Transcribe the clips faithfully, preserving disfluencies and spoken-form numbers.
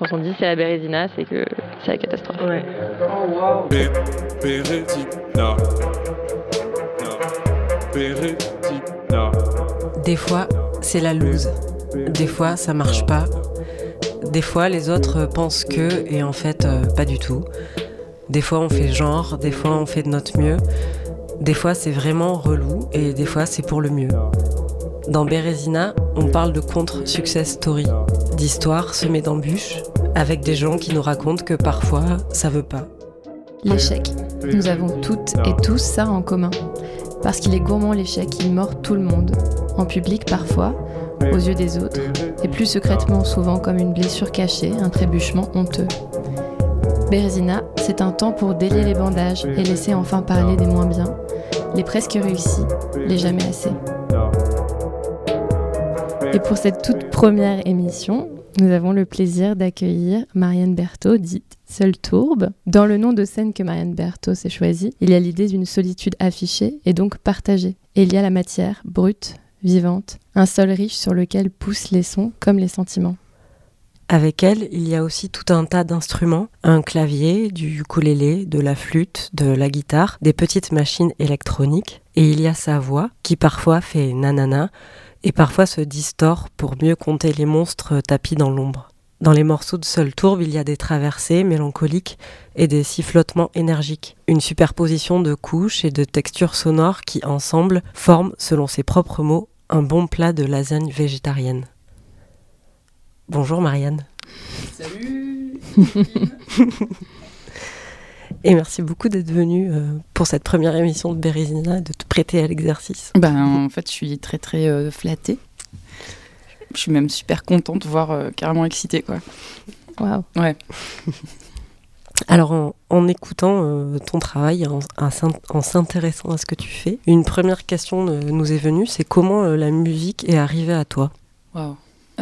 Quand on dit c'est la Bérésina, c'est que c'est la catastrophe. Ouais. Bé- Bérésina. Bérésina. Des fois, c'est la loose. Des fois, ça marche pas. Des fois, les autres pensent que, et en fait, euh, pas du tout. Des fois, on fait genre, des fois, on fait de notre mieux. Des fois, c'est vraiment relou, et des fois, c'est pour le mieux. Dans Bérésina, on parle de contre-success story, d'histoires semées d'embûches, avec des gens qui nous racontent que parfois, ça veut pas. L'échec. Nous avons toutes et tous ça en commun. Parce qu'il est gourmand l'échec, il mord tout le monde. En public parfois, aux yeux des autres, et plus secrètement souvent comme une blessure cachée, un trébuchement honteux. Bérésina, c'est un temps pour délier les bandages et laisser enfin parler des moins bien, les presque réussis, les jamais assez. Et pour cette toute première émission, nous avons le plaisir d'accueillir Marianne Berthaud, dite Seule Tourbe. Dans le nom de scène que Marianne Berthaud s'est choisi, il y a l'idée d'une solitude affichée et donc partagée. Et il y a la matière, brute, vivante, un sol riche sur lequel poussent les sons comme les sentiments. Avec elle, il y a aussi tout un tas d'instruments, un clavier, du ukulélé, de la flûte, de la guitare, des petites machines électroniques. Et il y a sa voix, qui parfois fait nanana, et parfois se distord pour mieux compter les monstres tapis dans l'ombre. Dans les morceaux de Seule Tourbe, il y a des traversées mélancoliques et des sifflotements énergiques. Une superposition de couches et de textures sonores qui, ensemble, forment, selon ses propres mots, un bon plat de lasagne végétarienne. Bonjour Marianne. Salut. Et merci beaucoup d'être venue euh, pour cette première émission de Bérésina et de te prêter à l'exercice. Ben, en fait, je suis très très euh, flattée. Je suis même super contente, voire euh, carrément excitée, quoi. Waouh. Ouais. Alors, en, en écoutant euh, ton travail, en, en, en s'intéressant à ce que tu fais, une première question euh, nous est venue, c'est comment euh, la musique est arrivée à toi ? Waouh.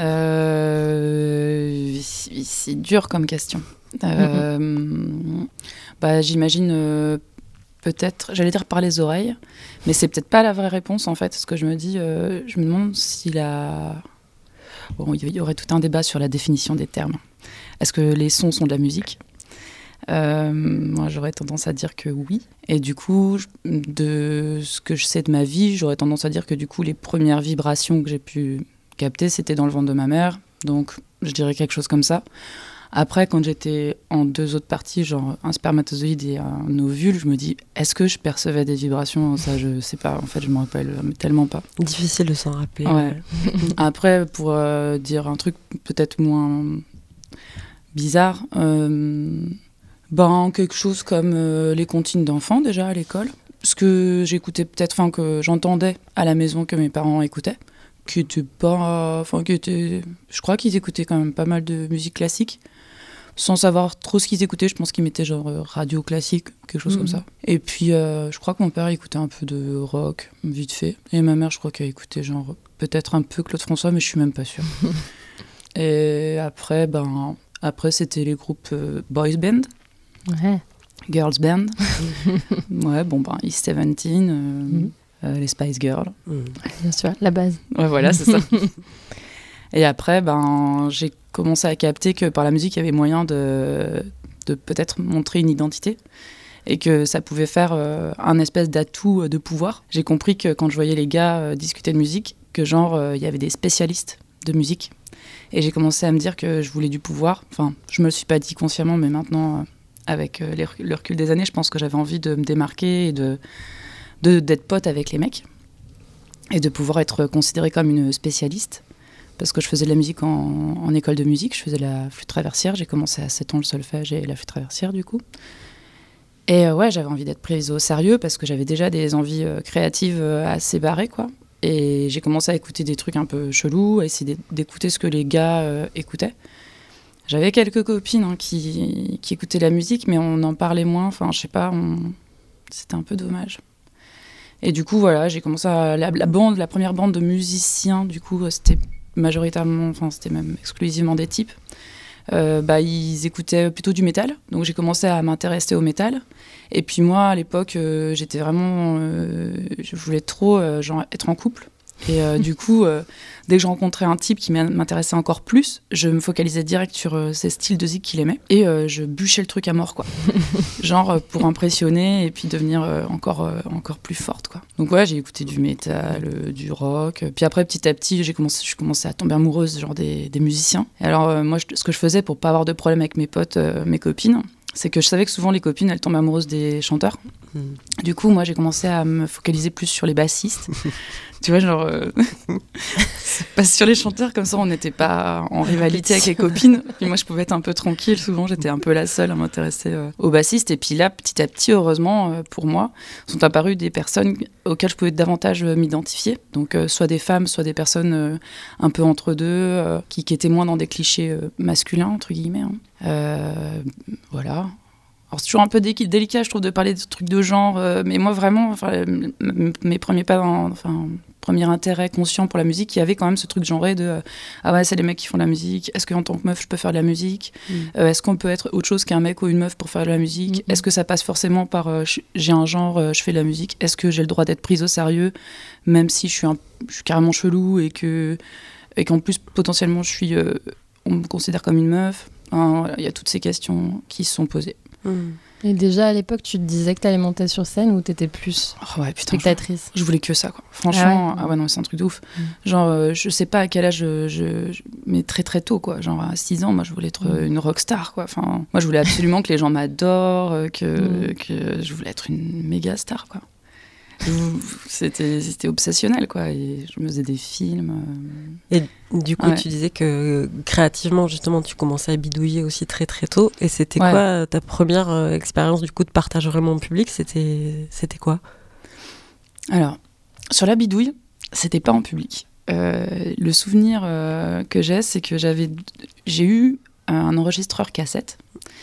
Euh, c'est, c'est dur comme question. Euh, mm-hmm. bah, j'imagine euh, peut-être, j'allais dire par les oreilles, mais c'est peut-être pas la vraie réponse en fait. Ce que je me dis, euh, je me demande s'il a. Bon, il y aurait tout un débat sur la définition des termes. Est-ce que les sons sont de la musique ? euh, Moi, j'aurais tendance à dire que oui. Et du coup, de ce que je sais de ma vie, j'aurais tendance à dire que du coup, les premières vibrations que j'ai pu capter, c'était dans le ventre de ma mère. Donc, je dirais quelque chose comme ça. Après, quand j'étais en deux autres parties, genre un spermatozoïde et un ovule, je me dis, est-ce que je percevais des vibrations ? Ça, je sais pas. En fait, je me rappelle tellement pas. Difficile de s'en rappeler. Ouais. Après, pour euh, dire un truc peut-être moins bizarre, euh, ben, quelque chose comme euh, les comptines d'enfants, déjà, à l'école. Ce que j'écoutais peut-être, enfin, que j'entendais à la maison que mes parents écoutaient. Qui était pas... Enfin, qui était... Je crois qu'ils écoutaient quand même pas mal de musique classique. Sans savoir trop ce qu'ils écoutaient, je pense qu'ils mettaient genre euh, radio classique, quelque chose mmh. comme ça. Et puis, euh, je crois que mon père écoutait un peu de rock, vite fait. Et ma mère, je crois qu'elle écoutait genre peut-être un peu Claude François, mais je suis même pas sûre. Et après, ben... Après, c'était les groupes euh, boys band. Ouais. Girls band. Ouais, bon, ben, East Seventeen... Euh, mmh. Euh, les Spice Girls. Mmh. Bien sûr, la base. Ouais, voilà, c'est ça. Et après, ben, j'ai commencé à capter que par la musique, il y avait moyen de, de peut-être montrer une identité et que ça pouvait faire euh, un espèce d'atout de pouvoir. J'ai compris que quand je voyais les gars euh, discuter de musique, que genre, il euh, y avait des spécialistes de musique. Et j'ai commencé à me dire que je voulais du pouvoir. Enfin, je me le suis pas dit consciemment, mais maintenant, euh, avec euh, les, le recul des années, je pense que j'avais envie de me démarquer et de... De, d'être pote avec les mecs et de pouvoir être considérée comme une spécialiste parce que je faisais de la musique en, en école de musique, je faisais la flûte traversière, j'ai commencé à sept ans le solfège et la flûte traversière du coup et euh, ouais j'avais envie d'être prise au sérieux parce que j'avais déjà des envies euh, créatives euh, assez barrées quoi et j'ai commencé à écouter des trucs un peu chelous, à essayer d'écouter ce que les gars euh, écoutaient. J'avais quelques copines hein, qui, qui écoutaient la musique mais on en parlait moins, enfin je sais pas, on... c'était un peu dommage. Et du coup, voilà, j'ai commencé à... La, la bande, la première bande de musiciens, du coup, c'était majoritairement, enfin, c'était même exclusivement des types. Euh, bah, ils écoutaient plutôt du métal. Donc, j'ai commencé à m'intéresser au métal. Et puis, moi, à l'époque, euh, j'étais vraiment... Euh, je voulais trop, euh, genre, être en couple. Et euh, du coup, euh, dès que je rencontrais un type qui m'intéressait encore plus, je me focalisais direct sur euh, ces styles de zik qu'il aimait. Et euh, je bûchais le truc à mort, quoi. Genre euh, pour impressionner et puis devenir euh, encore, euh, encore plus forte, quoi. Donc ouais, j'ai écouté du métal, euh, du rock. Puis après, petit à petit, j'ai commencé, je commençais à tomber amoureuse genre des, des musiciens. Et alors, euh, moi, je, ce que je faisais pour pas avoir de problème avec mes potes, euh, mes copines, c'est que je savais que souvent les copines, elles tombent amoureuses des chanteurs. Mmh. Du coup, moi, j'ai commencé à me focaliser plus sur les bassistes. Tu vois, genre... Euh... pas sur les chanteurs, comme ça, on n'était pas en rivalité avec les copines. Puis moi, je pouvais être un peu tranquille. Souvent, j'étais un peu la seule à m'intéresser euh, aux bassistes. Et puis là, petit à petit, heureusement, euh, pour moi, sont apparues des personnes auxquelles je pouvais davantage euh, m'identifier. Donc, euh, soit des femmes, soit des personnes euh, un peu entre deux, euh, qui, qui étaient moins dans des clichés euh, masculins, entre guillemets. Hein. Euh, voilà. Alors, c'est toujours un peu dé- délicat, je trouve, de parler de trucs de genre, euh, mais moi, vraiment, enfin, m- m- mes premiers pas, dans, enfin, premier intérêt conscient pour la musique, il y avait quand même ce truc genré de euh, ah ouais, c'est les mecs qui font de la musique, est-ce qu'en tant que meuf, je peux faire de la musique mmh. euh, Est-ce qu'on peut être autre chose qu'un mec ou une meuf pour faire de la musique mmh. Est-ce que ça passe forcément par euh, j'ai un genre, euh, je fais de la musique Est-ce que j'ai le droit d'être prise au sérieux, même si je suis, un, je suis carrément chelou et, que, et qu'en plus, potentiellement, je suis, euh, on me considère comme une meuf. Enfin, voilà, il y a toutes ces questions qui se sont posées. Mmh. Et déjà à l'époque, tu te disais que t'allais monter sur scène ou t'étais plus oh ouais, putain, spectatrice? Je, je voulais que ça, quoi. Franchement, ah, ouais. ah ouais, non, c'est un truc de ouf. Mmh. Genre, euh, je sais pas à quel âge, je, je, je, mais très très tôt, quoi. Genre à six ans, moi, je voulais être mmh. une rockstar, quoi. Enfin, moi, je voulais absolument que les gens m'adorent, que, mmh. que je voulais être une méga star, quoi. C'était, c'était obsessionnel, quoi. Et je me faisais des films. Euh... Et du coup, ouais. tu disais que créativement, justement, tu commençais à bidouiller aussi très très tôt. Et c'était ouais. quoi ta première euh, expérience du coup de partage vraiment en public? C'était, c'était quoi? Alors, sur la bidouille, c'était pas en public. Euh, le souvenir euh, que j'ai, c'est que j'avais, j'ai eu un enregistreur cassette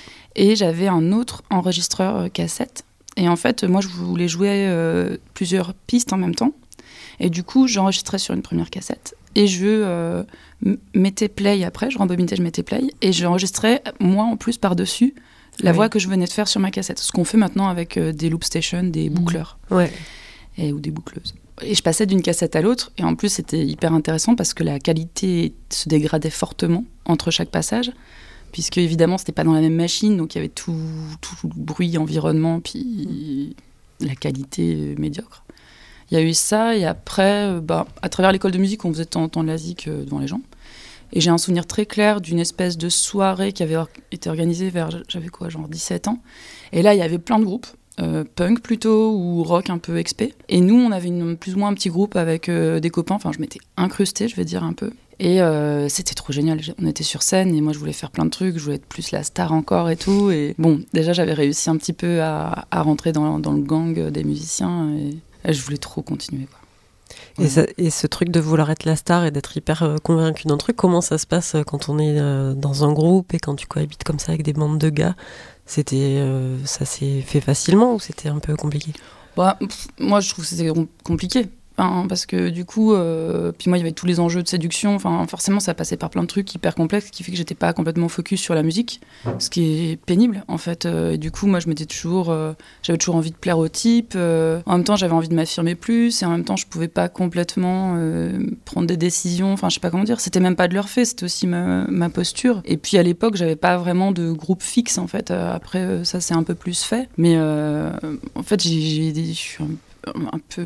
et j'avais un autre enregistreur cassette. Et en fait, moi, je voulais jouer euh, plusieurs pistes en même temps. Et du coup, j'enregistrais sur une première cassette. Et je euh, m- mettais play après. Je rembobinais, je mettais play. Et j'enregistrais, moi, en plus, par-dessus, la oui. voix que je venais de faire sur ma cassette. Ce qu'on fait maintenant avec euh, des loop stations, des boucleurs. Mmh. Ouais. Et, ou des boucleuses. Et je passais d'une cassette à l'autre. Et en plus, c'était hyper intéressant parce que la qualité se dégradait fortement entre chaque passage. Puisque évidemment c'était pas dans la même machine, donc il y avait tout, tout le bruit, environnement, puis la qualité médiocre. Il y a eu ça, et après, bah, à travers l'école de musique, on faisait de temps en temps de la zik euh, devant les gens. Et j'ai un souvenir très clair d'une espèce de soirée qui avait or- été organisée vers, j'avais quoi, genre dix-sept ans. Et là, il y avait plein de groupes, euh, punk plutôt, ou rock un peu expé. Et nous, on avait une, plus ou moins un petit groupe avec euh, des copains, enfin je m'étais incrustée, je vais dire un peu. Et euh, c'était trop génial. On était sur scène et moi, je voulais faire plein de trucs. Je voulais être plus la star encore et tout. Et bon, déjà, j'avais réussi un petit peu à, à rentrer dans, dans le gang des musiciens et, et je voulais trop continuer, quoi. Et, ouais. ça, et ce truc de vouloir être la star et d'être hyper euh, convaincu d'un truc, comment ça se passe quand on est euh, dans un groupe et quand tu cohabites comme ça avec des bandes de gars? C'était, euh, ça s'est fait facilement ou c'était un peu compliqué? Bah, pff, moi, je trouve que c'était compliqué. Enfin, parce que du coup, euh, puis moi il y avait tous les enjeux de séduction, enfin forcément ça passait par plein de trucs hyper complexes, ce qui fait que j'étais pas complètement focus sur la musique, ce qui est pénible en fait. Euh, et du coup moi je m'étais toujours, euh, j'avais toujours envie de plaire au type, euh, en même temps j'avais envie de m'affirmer plus, et en même temps je pouvais pas complètement euh, prendre des décisions, enfin je sais pas comment dire, c'était même pas de leur fait, c'était aussi ma, ma posture. Et puis à l'époque j'avais pas vraiment de groupe fixe en fait, euh, après euh, ça c'est un peu plus fait, mais euh, en fait j'ai, j'ai, je suis un, un peu...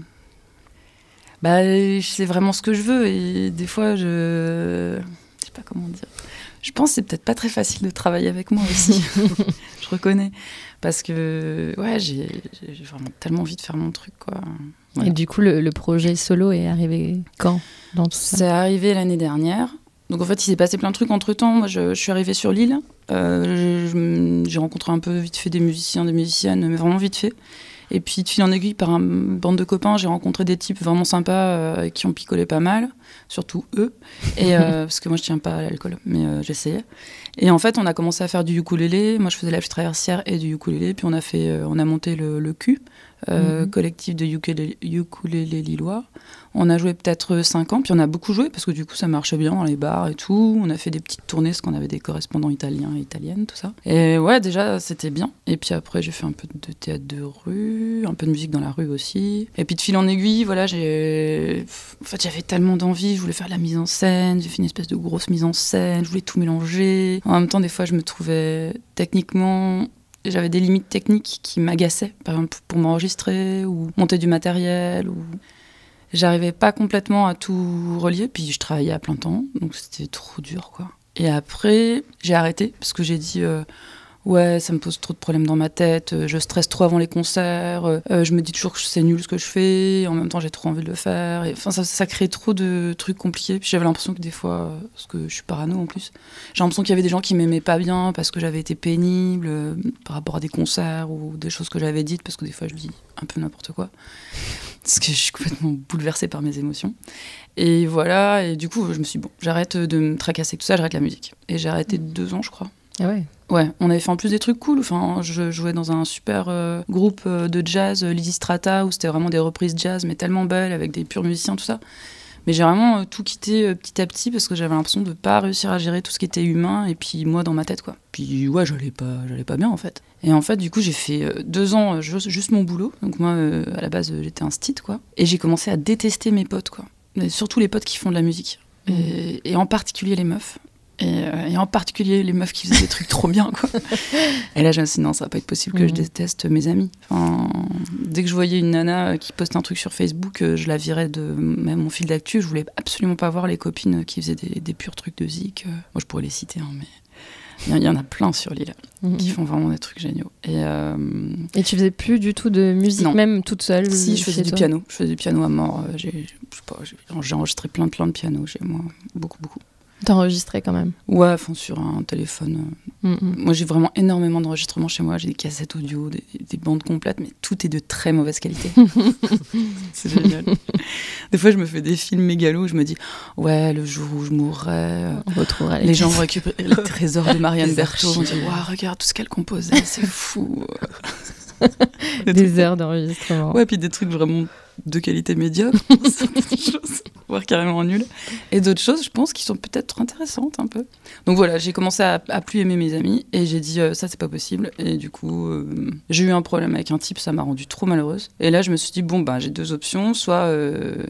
Bah, je sais vraiment ce que je veux et des fois, je... Je sais pas comment dire. Je pense que c'est peut-être pas très facile de travailler avec moi aussi. Je reconnais. Parce que, ouais, j'ai, j'ai vraiment tellement envie de faire mon truc, quoi. Ouais. Et du coup, le, le projet solo est arrivé quand dans tout ça? C'est arrivé l'année dernière. Donc, en fait, il s'est passé plein de trucs entre-temps. Moi, je, je suis arrivée sur l'île. Euh, je, j'ai rencontré un peu vite fait des musiciens, des musiciennes, mais vraiment vite fait. Et puis, de fil en aiguille, par une bande de copains, j'ai rencontré des types vraiment sympas euh, qui ont picolé pas mal, surtout eux, et, euh, parce que moi, je tiens pas à l'alcool, mais euh, j'essayais. Et en fait, on a commencé à faire du ukulélé. Moi, je faisais la flûte traversière et du ukulélé, puis on a, fait, euh, on a monté le, le cul, euh, Mhm. collectif de ukulélé, ukulélé lillois. On a joué peut-être cinq ans, puis on a beaucoup joué parce que du coup ça marchait bien dans les bars et tout. On a fait des petites tournées parce qu'on avait des correspondants italiens et italiennes, tout ça. Et ouais, déjà c'était bien. Et puis après j'ai fait un peu de théâtre de rue, un peu de musique dans la rue aussi. Et puis de fil en aiguille, voilà, j'ai... En fait j'avais tellement d'envie, je voulais faire de la mise en scène, j'ai fait une espèce de grosse mise en scène, je voulais tout mélanger. En même temps, des fois je me trouvais techniquement... J'avais des limites techniques qui m'agaçaient, par exemple pour m'enregistrer ou monter du matériel. Ou... J'arrivais pas complètement à tout relier, puis je travaillais à plein temps, donc c'était trop dur, quoi. Et après, j'ai arrêté, parce que j'ai dit, euh, ouais, ça me pose trop de problèmes dans ma tête, euh, je stresse trop avant les concerts, euh, je me dis toujours que c'est nul ce que je fais, en même temps j'ai trop envie de le faire. Et, enfin, ça, ça crée trop de trucs compliqués, puis j'avais l'impression que des fois, euh, parce que je suis parano en plus, j'ai l'impression qu'il y avait des gens qui m'aimaient pas bien parce que j'avais été pénible euh, par rapport à des concerts ou des choses que j'avais dites, parce que des fois je dis un peu n'importe quoi. Parce que je suis complètement bouleversée par mes émotions. Et voilà, et du coup, je me suis dit, bon, j'arrête de me tracasser tout ça, j'arrête la musique. Et j'ai arrêté deux ans, je crois. Ah ouais. Ouais, on avait fait en plus des trucs cool. Enfin, je jouais dans un super euh, groupe euh, de jazz, euh, Lizzy Strata, où c'était vraiment des reprises jazz, mais tellement belles, avec des purs musiciens, tout ça. Mais j'ai vraiment euh, tout quitté euh, petit à petit, parce que j'avais l'impression de ne pas réussir à gérer tout ce qui était humain, et puis moi dans ma tête, quoi. Puis ouais, j'allais pas, j'allais pas bien, en fait. Et en fait, du coup, j'ai fait euh, deux ans euh, juste, juste mon boulot. Donc moi, euh, à la base, euh, j'étais un stit, quoi. Et j'ai commencé à détester mes potes, quoi. Et surtout les potes qui font de la musique. Mmh. Et, et en particulier les meufs. Et, euh, et en particulier les meufs qui faisaient des trucs trop bien, quoi. Et là, je me suis dit, non, ça va pas être possible que mmh. je déteste mes amis. Enfin, dès que je voyais une nana qui postait un truc sur Facebook, je la virais de même mon fil d'actu. Je voulais absolument pas voir les copines qui faisaient des, des purs trucs de zik. Moi, je pourrais les citer, hein, mais il y, y en a plein sur l'île mmh. qui font vraiment des trucs géniaux. Et, euh... et tu faisais plus du tout de musique, non. Même toute seule? Si, je faisais du toi. piano. Je faisais du piano à mort. J'ai, je sais pas, j'ai, j'ai enregistré plein, plein de pianos chez moi. Beaucoup, beaucoup. T'as enregistré quand même? Ouais, enfin sur un téléphone. Mm-hmm. Moi, j'ai vraiment énormément d'enregistrements chez moi. J'ai des cassettes audio, des, des bandes complètes, mais tout est de très mauvaise qualité. C'est génial. Des fois, je me fais des films mégalos où je me dis, ouais, le jour où je mourrai, on retrouvera les, les gens vont récupérer les trésors de Marianne Berthaud. On dit, waouh, regarde tout ce qu'elle composait, c'est fou. Des, des heures d'enregistrement. Ouais, puis des trucs vraiment de qualité médiocre, certaines choses, voire carrément nulles. Et d'autres choses, je pense, qui sont peut-être intéressantes un peu. Donc voilà, j'ai commencé à, à plus aimer mes amis et j'ai dit, euh, ça, c'est pas possible. Et du coup, euh, j'ai eu un problème avec un type, ça m'a rendue trop malheureuse. Et là, je me suis dit, bon, bah, j'ai deux options. Soit, euh...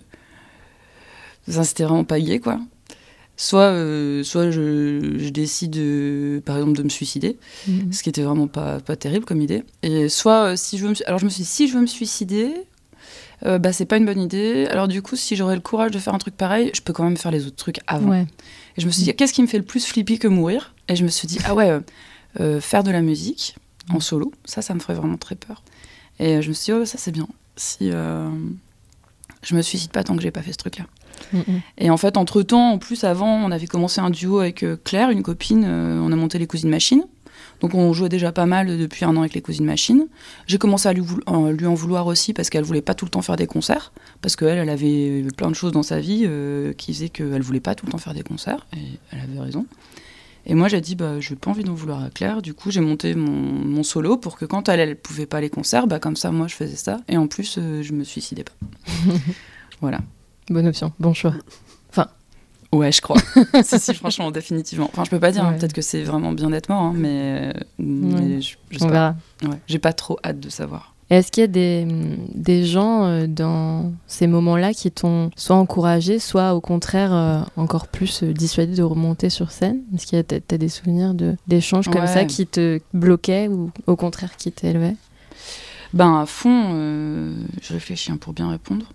ça, c'était vraiment pas gay, quoi. Soit, euh, soit je, je décide, euh, par exemple, de me suicider, mmh. ce qui était vraiment pas, pas terrible comme idée. Et soit, euh, si je veux me... Alors je me suis dit, si je veux me suicider, euh, bah, c'est pas une bonne idée. Alors du coup, si j'aurais le courage de faire un truc pareil, je peux quand même faire les autres trucs avant. Ouais. Et je me suis dit, qu'est-ce qui me fait le plus flipper que mourir? Et je me suis dit, ah ouais, euh, euh, faire de la musique en solo, ça, ça me ferait vraiment très peur. Et euh, je me suis dit, oh, ça c'est bien. Si euh, je me suicide pas tant que j'ai pas fait ce truc-là. Mmh. Et en fait, entre-temps, en plus, avant, on avait commencé un duo avec euh, Claire, une copine, euh, on a monté les Cousines Machines. Donc on jouait déjà pas mal depuis un an avec les Cousines Machines. J'ai commencé à lui, vou- euh, lui en vouloir aussi parce qu'elle voulait pas tout le temps faire des concerts, parce qu'elle, elle avait plein de choses dans sa vie euh, qui faisaient qu'elle voulait pas tout le temps faire des concerts, et elle avait raison. Et moi, j'ai dit, bah, je n'ai pas envie d'en vouloir à Claire. Du coup, j'ai monté mon, mon solo pour que quand elle, elle pouvait pas les concerts, bah, comme ça, moi, je faisais ça. Et en plus, euh, je me suicidais pas. Voilà. Bonne option, bon choix. Enfin. Ouais, je crois. si, si, franchement, définitivement. Enfin, je peux pas dire, ouais. hein, peut-être que c'est vraiment bien d'être mort, hein, mais, mais ouais. je, je on verra. Ouais, j'ai pas trop hâte de savoir. Et est-ce qu'il y a des, des gens euh, dans ces moments-là qui t'ont soit encouragé, soit au contraire euh, encore plus euh, dissuadé de remonter sur scène? Est-ce qu'il y a t'as, t'as des souvenirs de, d'échanges comme ouais. ça qui te bloquaient ou au contraire qui t'élevaient? Ben, à fond, euh, je réfléchis hein, pour bien répondre.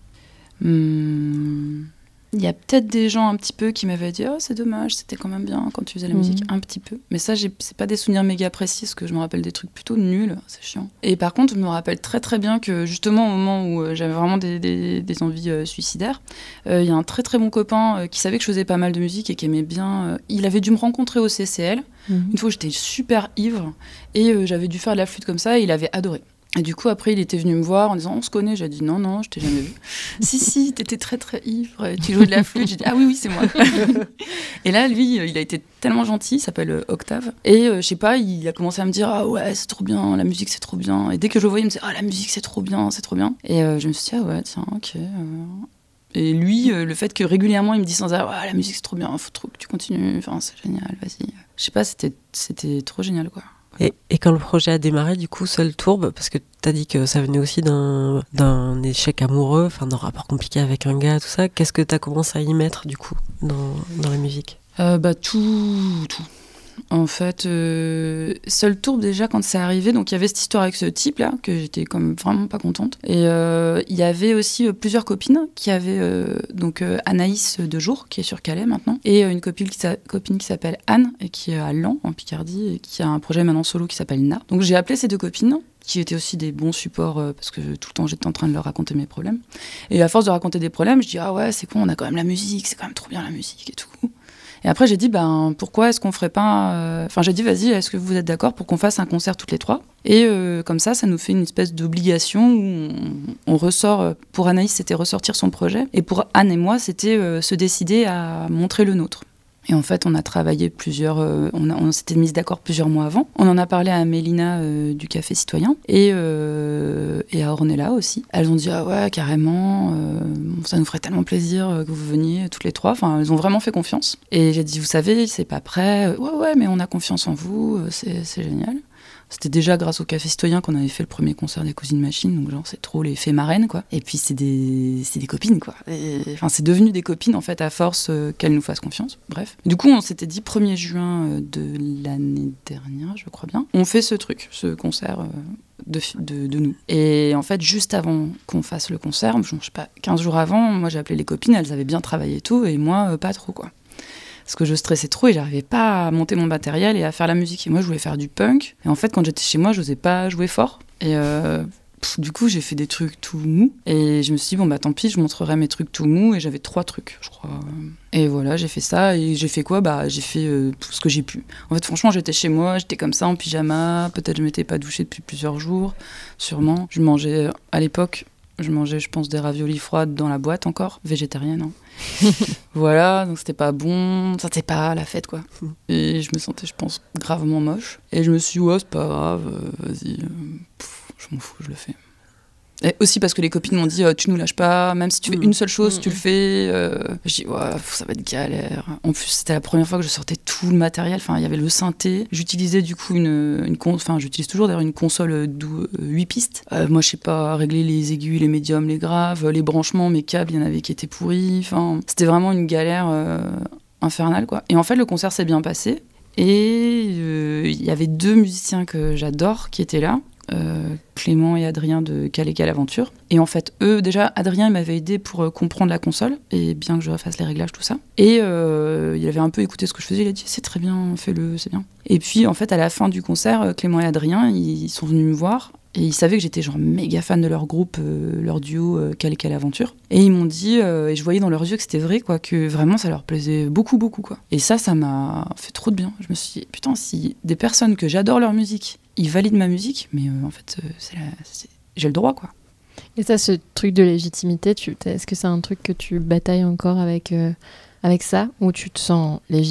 Hum... Il y a peut-être des gens un petit peu qui m'avaient dit « Oh, c'est dommage, c'était quand même bien quand tu faisais la mmh. musique. » Un petit peu. Mais ça, j'ai... c'est pas des souvenirs méga précis, parce que je me rappelle des trucs plutôt nuls. C'est chiant. Et par contre, je me rappelle très très bien que justement, au moment où euh, j'avais vraiment des, des, des envies euh, suicidaires, il euh, y a un très très bon copain euh, qui savait que je faisais pas mal de musique et qui aimait bien... Euh, il avait dû me rencontrer au C C L. Mmh. Une fois, j'étais super ivre et euh, j'avais dû faire de la flûte comme ça et il avait adoré. Et du coup, après, il était venu me voir en disant « On se connaît ?» J'ai dit « Non, non, je t'ai jamais vu. »« Si, si, t'étais très, très ivre. Tu jouais de la flûte. » J'ai dit « Ah oui, oui, c'est moi. » Et là, lui, il a été tellement gentil. Il s'appelle Octave. Et euh, je sais pas, il a commencé à me dire « Ah ouais, c'est trop bien. La musique, c'est trop bien. » Et dès que je le voyais, il me disait « Ah, la musique, c'est trop bien, c'est trop bien. » Et euh, je me suis dit « Ah ouais, tiens, ok. Euh... » Et lui, euh, le fait que régulièrement, il me dit sans arrêt « Ah, la musique, c'est trop bien. Faut trop que tu continues. Enfin, c'est génial. Vas-y. » Je sais pas, c'était, c'était trop génial, quoi. Et, et quand le projet a démarré, du coup, Seul Tourbe, parce que t'as dit que ça venait aussi d'un, d'un échec amoureux, enfin d'un rapport compliqué avec un gars, tout ça, qu'est-ce que t'as commencé à y mettre, du coup, dans, dans la musique ? euh, Bah tout, tout. En fait, euh, Seul Tourbe, déjà, quand c'est arrivé, donc il y avait cette histoire avec ce type-là, que j'étais comme vraiment pas contente. Et euh, il y avait aussi euh, plusieurs copines qui avaient, euh, donc euh, Anaïs de Jour, qui est sur Calais maintenant, et euh, une copine qui, copine qui s'appelle Anne, et qui est à Laon, en Picardie, et qui a un projet maintenant solo qui s'appelle Na. Donc j'ai appelé ces deux copines, qui étaient aussi des bons supports, euh, parce que tout le temps j'étais en train de leur raconter mes problèmes. Et à force de raconter des problèmes, je dis « Ah ouais, c'est con, on a quand même la musique, c'est quand même trop bien la musique et tout. » Et après, j'ai dit, ben, pourquoi est-ce qu'on ferait pas... Enfin, euh... j'ai dit, vas-y, est-ce que vous êtes d'accord pour qu'on fasse un concert toutes les trois ? Et euh, comme ça, ça nous fait une espèce d'obligation où on, on ressort... Pour Anaïs, c'était ressortir son projet. Et pour Anne et moi, c'était euh, se décider à montrer le nôtre. Et en fait, on a travaillé plusieurs... Euh, on, a, on s'était mis d'accord plusieurs mois avant. On en a parlé à Mélina euh, du Café Citoyen et, euh, et à Ornella aussi. Elles ont dit « Ah ouais, carrément, euh, ça nous ferait tellement plaisir que vous veniez toutes les trois. » Enfin, elles ont vraiment fait confiance. Et j'ai dit « Vous savez, c'est pas prêt. Ouais, ouais, mais on a confiance en vous. C'est, c'est génial. » C'était déjà grâce au Café Citoyen qu'on avait fait le premier concert des Cousines Machines, donc genre c'est trop les fées marraines, quoi. Et puis c'est des, c'est des copines, quoi. Et, enfin, c'est devenu des copines, en fait, à force euh, qu'elles nous fassent confiance. Bref. Du coup, on s'était dit premier juin de l'année dernière, je crois bien, on fait ce truc, ce concert euh, de, de, de nous. Et en fait, juste avant qu'on fasse le concert, je sais pas, quinze jours avant, moi j'ai appelé les copines, elles avaient bien travaillé et tout, et moi, euh, pas trop, quoi. Parce que je stressais trop et j'arrivais pas à monter mon matériel et à faire la musique. Et moi, je voulais faire du punk. Et en fait, quand j'étais chez moi, j'osais pas jouer fort. Et euh, pff, du coup, j'ai fait des trucs tout mous. Et je me suis dit, bon, bah tant pis, je montrerai mes trucs tout mous. Et j'avais trois trucs, je crois. Et voilà, j'ai fait ça. Et j'ai fait quoi ? Bah, j'ai fait euh, tout ce que j'ai pu. En fait, franchement, j'étais chez moi, j'étais comme ça en pyjama. Peut-être je m'étais pas douchée depuis plusieurs jours, sûrement. Je mangeais, à l'époque, je mangeais, je pense, des raviolis froides dans la boîte encore, végétarienne, hein. Voilà, donc c'était pas bon, ça c'était pas la fête, quoi. Et je me sentais, je pense, gravement moche. Et je me suis dit, ouais, c'est pas grave, euh, vas-y, euh, pff, je m'en fous, je le fais. Et aussi parce que les copines m'ont dit, euh, tu nous lâches pas, même si tu fais mmh. une seule chose, mmh. tu le fais. Euh, je dis, ouais, ça va être galère. En plus, c'était la première fois que je sortais tout le matériel. Enfin, il y avait le synthé. J'utilisais du coup une, une con... enfin, j'utilise toujours d'ailleurs une console de huit pistes. Euh, moi, je sais pas, régler les aigus, les médiums, les graves, les branchements, mes câbles, il y en avait qui étaient pourris. Enfin, c'était vraiment une galère euh, infernale, quoi. Et en fait, le concert s'est bien passé. Et il euh, y avait deux musiciens que j'adore qui étaient là. Euh, Clément et Adrien de Calais Aventure. Et en fait, eux, déjà, Adrien, il m'avait aidé pour euh, comprendre la console, et bien que je refasse les réglages, tout ça. Et euh, il avait un peu écouté ce que je faisais, il a dit, c'est très bien, fais-le, c'est bien. Et puis, en fait, à la fin du concert, Clément et Adrien, ils sont venus me voir, et ils savaient que j'étais genre méga fan de leur groupe, euh, leur duo euh, Calais Aventure. Et ils m'ont dit, euh, et je voyais dans leurs yeux que c'était vrai, quoi, que vraiment ça leur plaisait beaucoup, beaucoup, quoi. Et ça, ça m'a fait trop de bien. Je me suis dit, putain, si des personnes que j'adore leur musique, ils valident ma musique, mais euh, en fait, euh, c'est la, c'est... j'ai le droit, quoi. Et ça, ce truc de légitimité, tu, est-ce que c'est un truc que tu batailles encore avec, euh, avec ça, ou tu te sens légitime ?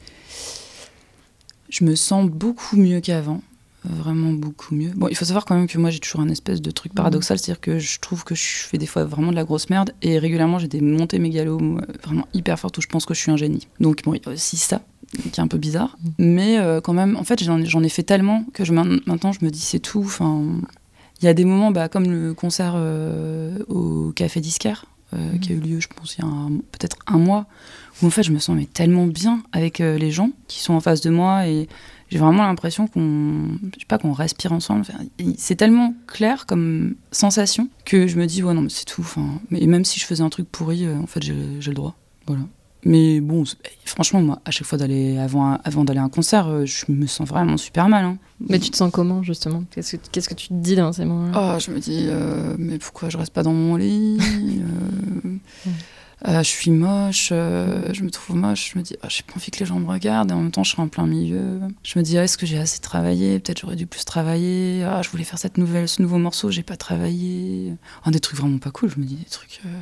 Je me sens beaucoup mieux qu'avant, vraiment beaucoup mieux. Bon, il faut savoir quand même que moi, j'ai toujours un espèce de truc paradoxal, mmh. c'est-à-dire que je trouve que je fais des fois vraiment de la grosse merde, et régulièrement, j'ai des montées mégalos vraiment hyper fortes où je pense que je suis un génie. Donc, bon, il y a aussi ça, qui est un peu bizarre, mmh. mais euh, quand même, en fait, j'en, j'en ai fait tellement que je, maintenant, je me dis, c'est tout, enfin... Il y a des moments, bah, comme le concert euh, au Café Disquaire, euh, mmh. qui a eu lieu, je pense, il y a un, peut-être un mois, où en fait, je me sens mais, tellement bien avec euh, les gens qui sont en face de moi, et j'ai vraiment l'impression qu'on, je sais pas, qu'on respire ensemble. Enfin, c'est tellement clair comme sensation que je me dis, ouais, non, mais c'est tout. Enfin, mais même si je faisais un truc pourri, euh, en fait, j'ai, j'ai le droit. Voilà. Mais bon, franchement, moi, à chaque fois d'aller avant, avant d'aller à un concert, euh, je me sens vraiment super mal. Hein. Mais tu te sens comment, justement ? Qu'est-ce que, qu'est-ce que tu te dis dans ces moments-là ? Oh, je me dis, euh, mais pourquoi je reste pas dans mon lit euh, euh, je suis moche, euh, je me trouve moche, je me dis, oh, j'ai pas envie que les gens me regardent, et en même temps, je serai en plein milieu. Je me dis, ah, est-ce que j'ai assez travaillé ? Peut-être j'aurais dû plus travailler. Ah, je voulais faire cette nouvelle, ce nouveau morceau, j'ai pas travaillé. Ah, des trucs vraiment pas cool, je me dis des trucs... Euh...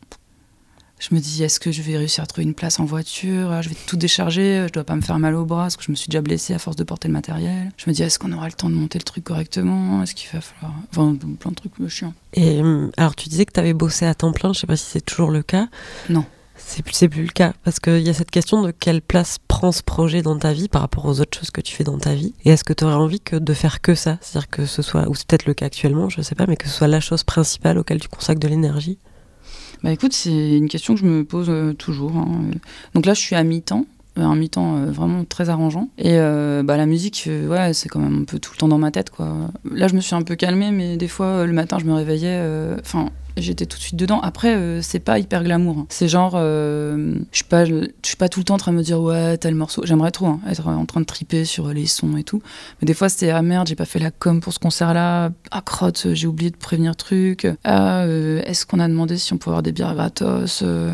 Je me dis, est-ce que je vais réussir à trouver une place en voiture ? Je vais tout décharger, je dois pas me faire mal au bras parce que je me suis déjà blessée à force de porter le matériel. Je me dis, est-ce qu'on aura le temps de monter le truc correctement ? Est-ce qu'il va falloir... Enfin, plein de trucs chiants. Et alors, tu disais que tu avais bossé à temps plein, je sais pas si c'est toujours le cas. Non. C'est plus, c'est plus le cas, parce qu'il y a cette question de quelle place prend ce projet dans ta vie par rapport aux autres choses que tu fais dans ta vie. Et est-ce que tu aurais envie que de faire que ça ? C'est-à-dire que ce soit, ou c'est peut-être le cas actuellement, je sais pas, mais que ce soit la chose principale auquel tu consacres de l'énergie ? Bah écoute, c'est une question que je me pose euh, toujours. Hein. Donc là, je suis à mi-temps, un mi-temps euh, vraiment très arrangeant. Et euh, bah, la musique, euh, ouais, c'est quand même un peu tout le temps dans ma tête, quoi. Là, je me suis un peu calmée, mais des fois, euh, le matin, je me réveillais... Enfin, euh, j'étais tout de suite dedans. Après, euh, c'est pas hyper glamour. Hein. C'est genre... Euh, je suis pas, je suis pas tout le temps en train de me dire « Ouais, tel morceau... » J'aimerais trop hein, être en train de triper sur les sons et tout. Mais des fois, c'était « Ah merde, j'ai pas fait la com pour ce concert-là. Ah crotte, j'ai oublié de prévenir truc. Ah, euh, est-ce qu'on a demandé si on pouvait avoir des bières gratos euh,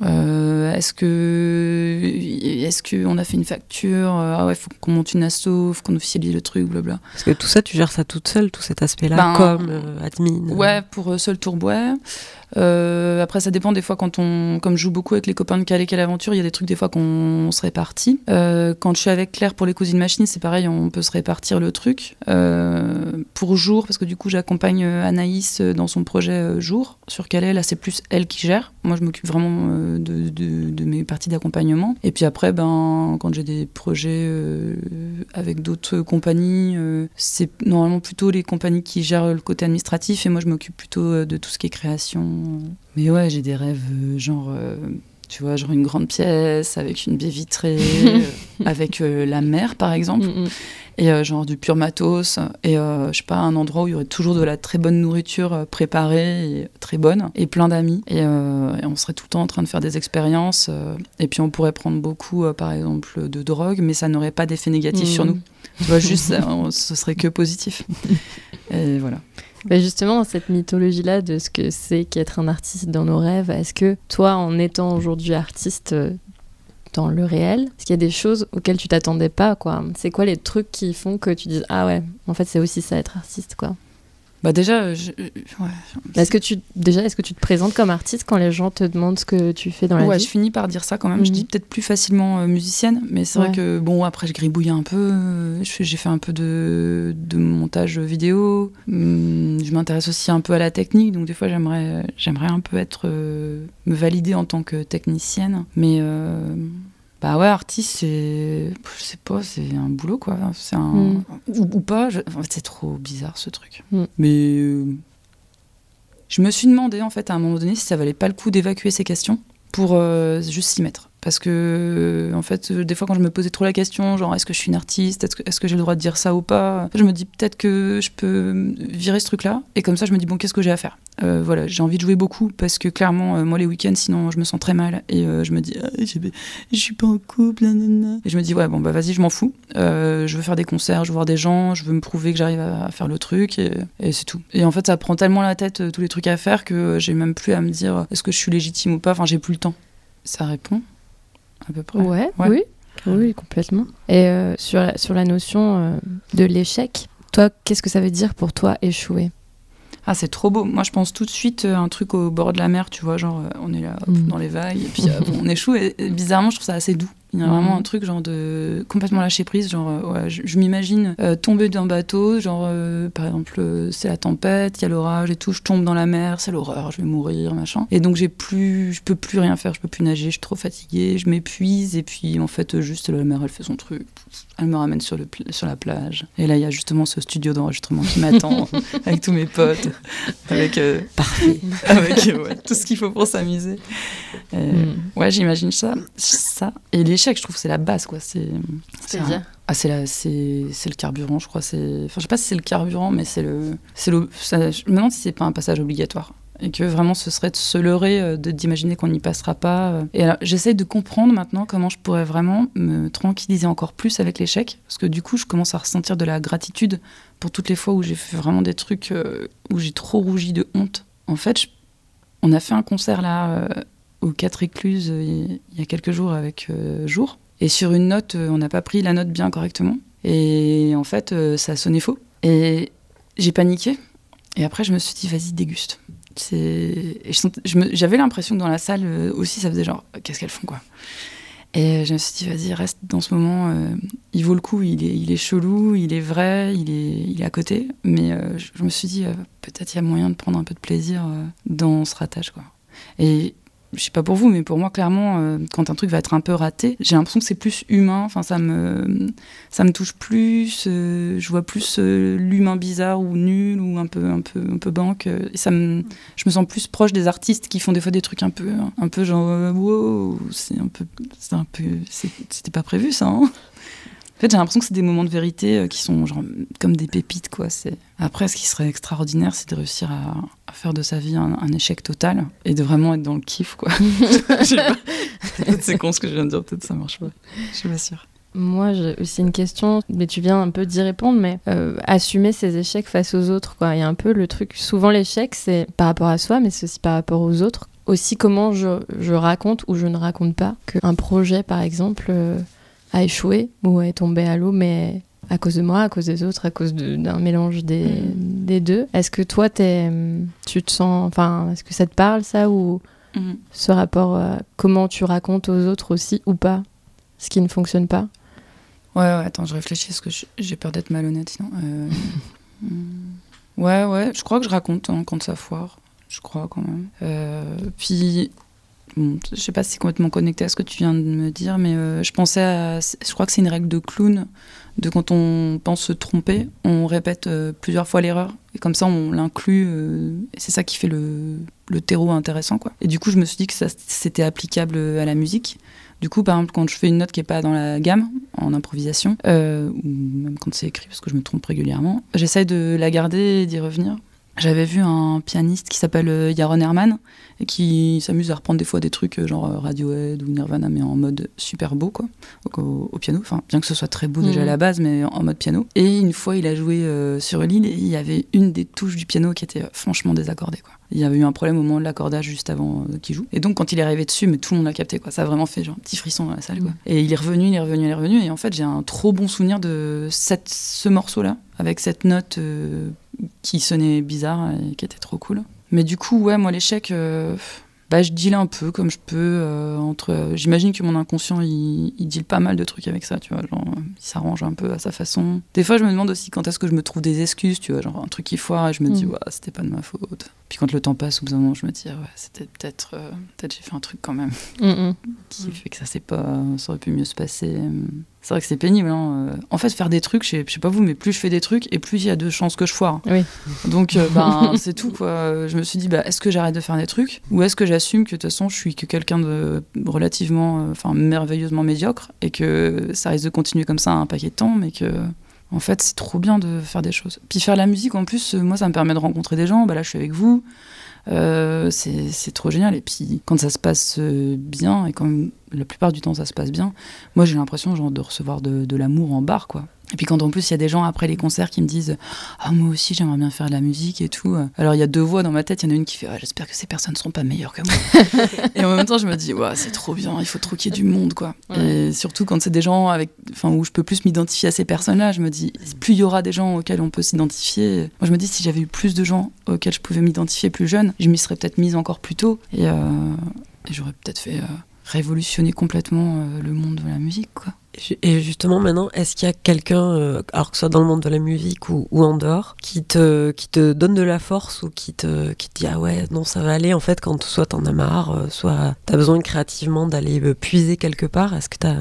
euh, Est-ce que... Est-ce qu'on a fait une facture ? Ah ouais, faut qu'on monte une asso, faut qu'on officialise le truc, blabla. » Parce que tout ça, tu gères ça toute seule, tout cet aspect-là, ben, comme euh, admin. Ouais, pour euh, Seul Tourbouet. Euh, après, ça dépend des fois quand on... Comme je joue beaucoup avec les copains de Calais Quelle Aventure, il y a des trucs des fois qu'on se répartit. Euh, quand je suis avec Claire pour les Cousines Machines, c'est pareil, on peut se répartir le truc. Euh, pour Jour, parce que du coup, j'accompagne Anaïs dans son projet Jour sur Calais. Là, c'est plus elle qui gère. Moi, je m'occupe vraiment de, de, de mes parties d'accompagnement. Et puis après, ben, quand j'ai des projets euh, avec d'autres compagnies, euh, c'est normalement plutôt les compagnies qui gèrent le côté administratif et moi, je m'occupe plutôt de tout ce qui est création. Mais ouais, j'ai des rêves euh, genre... Euh, tu vois, genre une grande pièce avec une baie vitrée, euh, avec euh, la mer, par exemple. Mm-hmm. Et euh, genre du pur matos, et euh, je sais pas, un endroit où il y aurait toujours de la très bonne nourriture euh, préparée, et très bonne, et plein d'amis. Et, euh, et on serait tout le temps en train de faire des expériences, euh, et puis on pourrait prendre beaucoup, euh, par exemple, de drogue, mais ça n'aurait pas d'effet négatif mmh. sur nous. Tu vois, juste, ça, on, ce serait que positif. Et voilà. Bah justement, cette mythologie-là de ce que c'est qu'être un artiste dans nos rêves, est-ce que toi, en étant aujourd'hui artiste... Euh, dans le réel, est-ce qu'il y a des choses auxquelles tu t'attendais pas, quoi ? C'est quoi les trucs qui font que tu dises ah ouais, en fait c'est aussi ça être artiste, quoi ? Bah déjà, je, ouais. Est-ce que tu déjà est-ce que tu te présentes comme artiste quand les gens te demandent ce que tu fais dans la ouais, vie ? Ouais, je finis par dire ça quand même. Mm-hmm. Je dis peut-être plus facilement euh, musicienne, mais c'est ouais. vrai que bon après je gribouille un peu. Euh, j'ai fait un peu de, de montage vidéo. Hum, je m'intéresse aussi un peu à la technique, donc des fois j'aimerais j'aimerais un peu être euh, me valider en tant que technicienne, mais euh, bah ouais, artiste, c'est... Je sais pas, c'est un boulot, quoi. C'est un... Mm. Ou, ou pas. Je... En fait, c'est trop bizarre, ce truc. Mm. Mais... Euh... Je me suis demandé, en fait, à un moment donné, si ça valait pas le coup d'évacuer ces questions pour euh, juste s'y mettre. Parce que, en fait, des fois, quand je me posais trop la question, genre, est-ce que je suis une artiste ? Est-ce que, est-ce que j'ai le droit de dire ça ou pas ? Je me dis peut-être que je peux virer ce truc-là. Et comme ça, je me dis, bon, qu'est-ce que j'ai à faire ? euh, Voilà, j'ai envie de jouer beaucoup parce que, clairement, euh, moi, les week-ends, sinon, je me sens très mal. Et euh, je me dis, ah, je suis pas en couple, nanana. Et je me dis, ouais, bon, bah, vas-y, je m'en fous. Euh, je veux faire des concerts, je veux voir des gens, je veux me prouver que j'arrive à faire le truc. Et, et c'est tout. Et en fait, ça prend tellement la tête, euh, tous les trucs à faire, que j'ai même plus à me dire, est-ce que je suis légitime ou pas ? Enfin, j'ai plus le temps. Ça répond ? À peu près. Ouais, ouais. Oui, oui, complètement. Et euh, sur, la, sur la notion euh, de l'échec, toi, qu'est-ce que ça veut dire pour toi échouer ? Ah, c'est trop beau. Moi, je pense tout de suite euh, un truc au bord de la mer, tu vois, genre, euh, on est là, hop, mmh. dans les vagues, et puis euh, bon, on échoue, et, et bizarrement, je trouve ça assez doux. Il y a mmh. vraiment un truc, genre, de complètement lâcher prise, genre, euh, ouais, je, je m'imagine euh, tomber d'un bateau, genre, euh, par exemple, euh, c'est la tempête, il y a l'orage et tout, je tombe dans la mer, c'est l'horreur, je vais mourir, machin. Et donc, j'ai plus, je peux plus rien faire, je peux plus nager, je suis trop fatiguée, je m'épuise, et puis, en fait, juste, la mer, elle fait son truc, elle me ramène sur, le, sur la plage. Et là, il y a justement ce studio d'enregistrement qui m'attend, avec tous mes potes, avec, euh, Parfait. avec euh, ouais, tout ce qu'il faut pour s'amuser. Et, mm. Ouais, j'imagine ça. ça. Et l'échec, je trouve, c'est la base, quoi. C'est, c'est, c'est, un... ah, c'est, la, c'est, c'est le carburant, je crois. C'est... Enfin, je sais pas si c'est le carburant, mais c'est le... C'est le... Ça... Je me demande si c'est pas un passage obligatoire. Et que vraiment, ce serait de se leurrer, de, d'imaginer qu'on n'y passera pas. Et alors, j'essaye de comprendre maintenant comment je pourrais vraiment me tranquilliser encore plus avec l'échec. Parce que du coup, je commence à ressentir de la gratitude pour toutes les fois où j'ai fait vraiment des trucs euh, où j'ai trop rougi de honte. En fait, je... on a fait un concert là... Euh... aux quatre écluses il y a quelques jours avec euh, Jour. Et sur une note, on n'a pas pris la note bien correctement. Et en fait, euh, ça a sonné faux. Et j'ai paniqué. Et après, je me suis dit, vas-y, déguste. C'est... Et je sent... je me... J'avais l'impression que dans la salle euh, aussi, ça faisait genre, qu'est-ce qu'elles font, quoi. Et je me suis dit, vas-y, reste dans ce moment. Euh, il vaut le coup, il est, il est chelou, il est vrai, il est, il est à côté. Mais euh, je, je me suis dit, euh, peut-être il y a moyen de prendre un peu de plaisir euh, dans ce ratage, quoi. Et je sais pas pour vous, mais pour moi, clairement, euh, quand un truc va être un peu raté, j'ai l'impression que c'est plus humain. Enfin, ça me, ça me touche plus. Euh, je vois plus euh, l'humain bizarre ou nul ou un peu, un peu, un peu banque. Euh, et ça me, je me sens plus proche des artistes qui font des fois des trucs un peu, un peu genre euh, wow, c'est un peu, c'est un peu, c'est, c'était pas prévu ça. Hein. En fait, j'ai l'impression que c'est des moments de vérité euh, qui sont genre comme des pépites, quoi. C'est... Après, ce qui serait extraordinaire, c'est de réussir à, à faire de sa vie un, un échec total et de vraiment être dans le kiff, quoi. Je sais pas. Peut-être c'est con ce que je viens de dire, peut-être ça marche pas. Je suis pas sûre. Moi, j'ai aussi une question, mais tu viens un peu d'y répondre, mais euh, assumer ses échecs face aux autres, quoi. Il y a un peu le truc, souvent l'échec, c'est par rapport à soi, mais c'est aussi par rapport aux autres. Aussi, comment je, je raconte ou je ne raconte pas qu'un projet, par exemple... Euh, a échoué ou est tombé à l'eau, mais à cause de moi, à cause des autres, à cause de, d'un mélange des, mmh. des deux. Est-ce que toi, t'es, tu te sens... Enfin, est-ce que ça te parle, ça, ou mmh. ce rapport à comment tu racontes aux autres aussi, ou pas, ce qui ne fonctionne pas? Ouais, ouais, attends, je réfléchis, parce que je, j'ai peur d'être malhonnête, sinon... Euh... ouais, ouais, je crois que je raconte hein, quand ça foire. Je crois, quand même. Euh, puis... Bon, je sais pas si c'est complètement connecté à ce que tu viens de me dire, mais euh, je pensais à... Je crois que c'est une règle de clown, de quand on pense se tromper, on répète euh, plusieurs fois l'erreur, et comme ça on l'inclut, euh, et c'est ça qui fait le, le terreau intéressant, quoi. Et du coup, je me suis dit que ça, c'était applicable à la musique. Du coup, par exemple, quand je fais une note qui n'est pas dans la gamme, en improvisation, euh, ou même quand c'est écrit, parce que je me trompe régulièrement, j'essaye de la garder et d'y revenir. J'avais vu un pianiste qui s'appelle Yaron Herman et qui s'amuse à reprendre des fois des trucs genre Radiohead ou Nirvana, mais en mode super beau, quoi, au, au piano. Enfin, bien que ce soit très beau déjà mmh. à la base, mais en mode piano. Et une fois, il a joué euh, sur l'île et il y avait une des touches du piano qui était euh, franchement désaccordée, quoi. Il y avait eu un problème au moment de l'accordage juste avant euh, qu'il joue. Et donc, quand il est arrivé dessus, mais tout le monde l'a capté, quoi. Ça a vraiment fait genre un petit frisson dans la salle, quoi. Mmh. Et il est revenu, il est revenu, il est revenu. Et en fait, j'ai un trop bon souvenir de cette, ce morceau-là, avec cette note euh, qui sonnait bizarre et qui était trop cool. Mais du coup, ouais, moi, l'échec, euh, bah, je deal un peu comme je peux. Euh, entre, euh, j'imagine que mon inconscient, il, il deal pas mal de trucs avec ça, tu vois. Genre, il s'arrange un peu à sa façon. Des fois, je me demande aussi quand est-ce que je me trouve des excuses, tu vois. Genre, un truc qui foire et je me dis, mmh. ouais, c'était pas de ma faute. Puis quand le temps passe, au bout d'un moment, je me dis, ouais, c'était peut-être. Euh, peut-être j'ai fait un truc quand même mmh. qui fait que ça, c'est pas, ça aurait pu mieux se passer. C'est vrai que c'est pénible, hein. En fait, faire des trucs, je sais, je sais pas vous, mais plus je fais des trucs, et plus il y a de chances que je foire. Oui. Donc, euh, ben, c'est tout, quoi. Je me suis dit, bah, est-ce que j'arrête de faire des trucs, ou est-ce que j'assume que de toute façon, je suis que quelqu'un de relativement, enfin, euh, merveilleusement médiocre, et que ça risque de continuer comme ça un paquet de temps, mais que, en fait, c'est trop bien de faire des choses. Puis faire la musique, en plus, moi, ça me permet de rencontrer des gens. Bah là, je suis avec vous. Euh, c'est, c'est trop génial. Et puis quand ça se passe bien, et quand la plupart du temps ça se passe bien, moi j'ai l'impression genre de recevoir de, de l'amour en barre, quoi. Et puis quand en plus il y a des gens après les concerts qui me disent ah moi aussi j'aimerais bien faire de la musique et tout, alors il y a deux voix dans ma tête, il y en a une qui fait ah, j'espère que ces personnes seront pas meilleures que moi et en même temps je me dis ouais, c'est trop bien, il faut trop qu'il y ait du monde, quoi. Ouais. Et surtout quand c'est des gens avec, enfin, où je peux plus m'identifier à ces personnes là, je me dis plus il y aura des gens auxquels on peut s'identifier. Moi je me dis si j'avais eu plus de gens auxquels je pouvais m'identifier plus jeune, je m'y serais peut-être mise encore plus tôt et, euh, et j'aurais peut-être fait euh, révolutionner complètement euh, le monde de la musique, quoi. Et justement, maintenant, est-ce qu'il y a quelqu'un, euh, alors que ce soit dans le monde de la musique ou, ou en dehors, qui te, qui te donne de la force ou qui te, qui te dit « Ah ouais, non, ça va aller », en fait, quand soit t'en as marre, soit t'as besoin créativement d'aller puiser quelque part. Est-ce que t'as,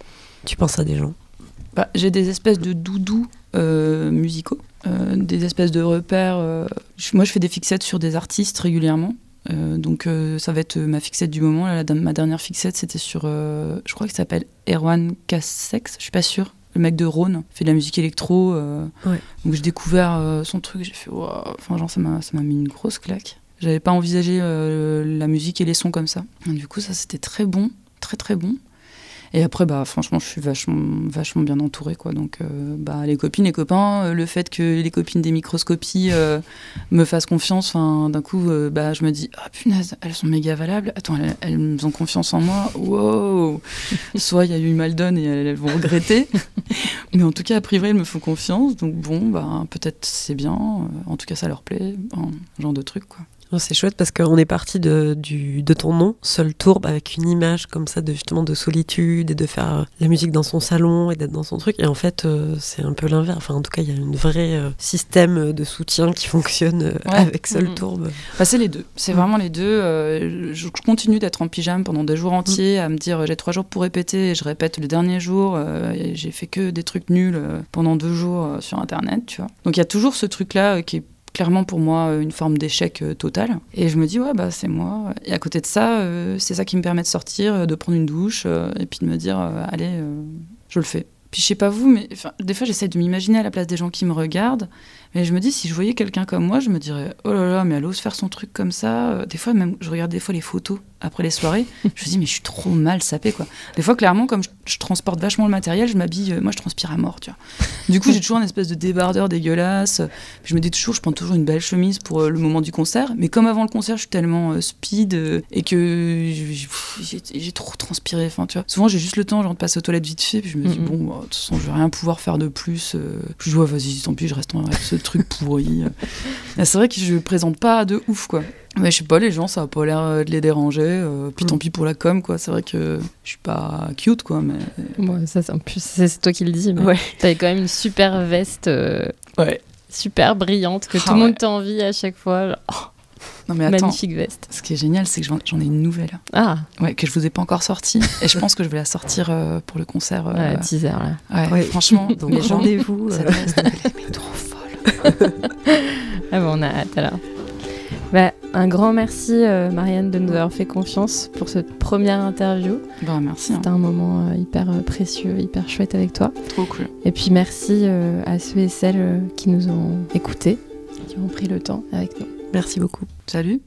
tu penses à des gens ? Bah, j'ai des espèces de doudous euh, musicaux, euh, des espèces de repères. Euh, je, moi, je fais des fixettes sur des artistes régulièrement. Euh, donc euh, ça va être ma fixette du moment. Là, la, ma dernière fixette, c'était sur, euh, je crois qu'il s'appelle Erwan Kassex, je suis pas sûre, le mec de Rhône, fait de la musique électro. Euh, ouais. Donc j'ai découvert euh, son truc, j'ai fait waouh, enfin genre ça m'a, ça m'a mis une grosse claque. J'avais pas envisagé euh, la musique et les sons comme ça. Et du coup ça c'était très bon, très très bon. Et après, bah, franchement, je suis vachement, vachement bien entourée, quoi. Donc, euh, bah, les copines, les copains, euh, le fait que les copines des microscopies euh, me fassent confiance, d'un coup, euh, bah, je me dis, ah oh, punaise, elles sont méga valables. Attends, elles, elles me ont confiance en moi. Wow. Soit il y a eu mal donne et elles, elles vont regretter. Mais en tout cas, a priori, elles me font confiance. Donc bon, bah, peut-être c'est bien. En tout cas, ça leur plaît. Enfin, genre de truc, quoi. C'est chouette parce qu'on est parti de, du, de ton nom, Seule Tourbe, avec une image comme ça de, justement de solitude et de faire la musique dans son salon et d'être dans son truc. Et en fait, euh, c'est un peu l'inverse. Enfin, en tout cas, il y a un vrai euh, système de soutien qui fonctionne euh, ouais. avec Seule mmh. Tourbe. Bah, c'est les deux. C'est mmh. vraiment les deux. Euh, je continue d'être en pyjama pendant deux jours entiers, mmh. à me dire j'ai trois jours pour répéter et je répète le dernier jour. Euh, et j'ai fait que des trucs nuls euh, pendant deux jours euh, sur Internet, tu vois. Donc il y a toujours ce truc-là euh, qui est clairement pour moi une forme d'échec euh, total. Et je me dis, ouais, bah c'est moi. Et à côté de ça, euh, c'est ça qui me permet de sortir, de prendre une douche, euh, et puis de me dire, euh, allez, euh, je le fais. Puis je sais pas vous, mais des fois j'essaie de m'imaginer à la place des gens qui me regardent, mais je me dis, si je voyais quelqu'un comme moi, je me dirais, oh là là, mais elle ose faire son truc comme ça. Des fois, même, je regarde des fois les photos après les soirées, je me dis, mais je suis trop mal sapée, quoi. Des fois, clairement, comme je, je transporte vachement le matériel, je m'habille, euh, moi je transpire à mort, tu vois. Du coup, j'ai toujours une espèce de débardeur dégueulasse. Puis je me dis toujours, je prends toujours une belle chemise pour euh, le moment du concert, mais comme avant le concert, je suis tellement euh, speed euh, et que j'ai, j'ai trop transpiré, enfin, tu vois. Souvent, j'ai juste le temps, genre, de passer aux toilettes vite fait, puis je me dis, mm-hmm. bon, bah, de toute façon, je vais rien pouvoir faire de plus. Euh, je dis, ouais, vas-y, tant pis, je reste avec ce truc pourri. Et c'est vrai que je présente pas de ouf, quoi. Mais je sais pas, les gens, ça a pas l'air de les déranger. Euh, puis mm. tant pis pour la com, quoi. C'est vrai que je suis pas cute, quoi. Mais ouais, ça, c'est, en plus, c'est toi qui le dis. Mais ouais. T'avais quand même une super veste, euh, ouais. super brillante, que ah, tout le monde ouais. t'envie à chaque fois. Genre, oh, non, mais attends, magnifique veste. Ce qui est génial, c'est que j'en, j'en ai une nouvelle. Ah. Ouais, que je vous ai pas encore sortie. Et je pense que je vais la sortir euh, pour le concert. Euh, ouais, teaser, là. Ouais, ouais. Franchement, donc les gens, rendez-vous. Cette veste, elle est trop folle. Ah bon, on a hâte alors. Bah, un grand merci euh, Marianne de nous avoir fait confiance pour cette première interview. Bah, merci. C'était hein. un moment euh, hyper euh, précieux, hyper chouette avec toi. Trop cool. Et puis merci euh, à ceux et celles euh, qui nous ont écoutés, qui ont pris le temps avec nous. Merci beaucoup. Salut.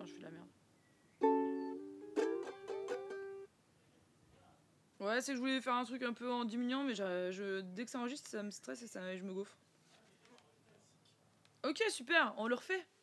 Putain, je fais de la merde. Ouais, c'est que je voulais faire un truc un peu en diminuant, mais je, je, dès que ça enregistre, ça me stresse et ça, je me gaufre. Ok, super, on le refait.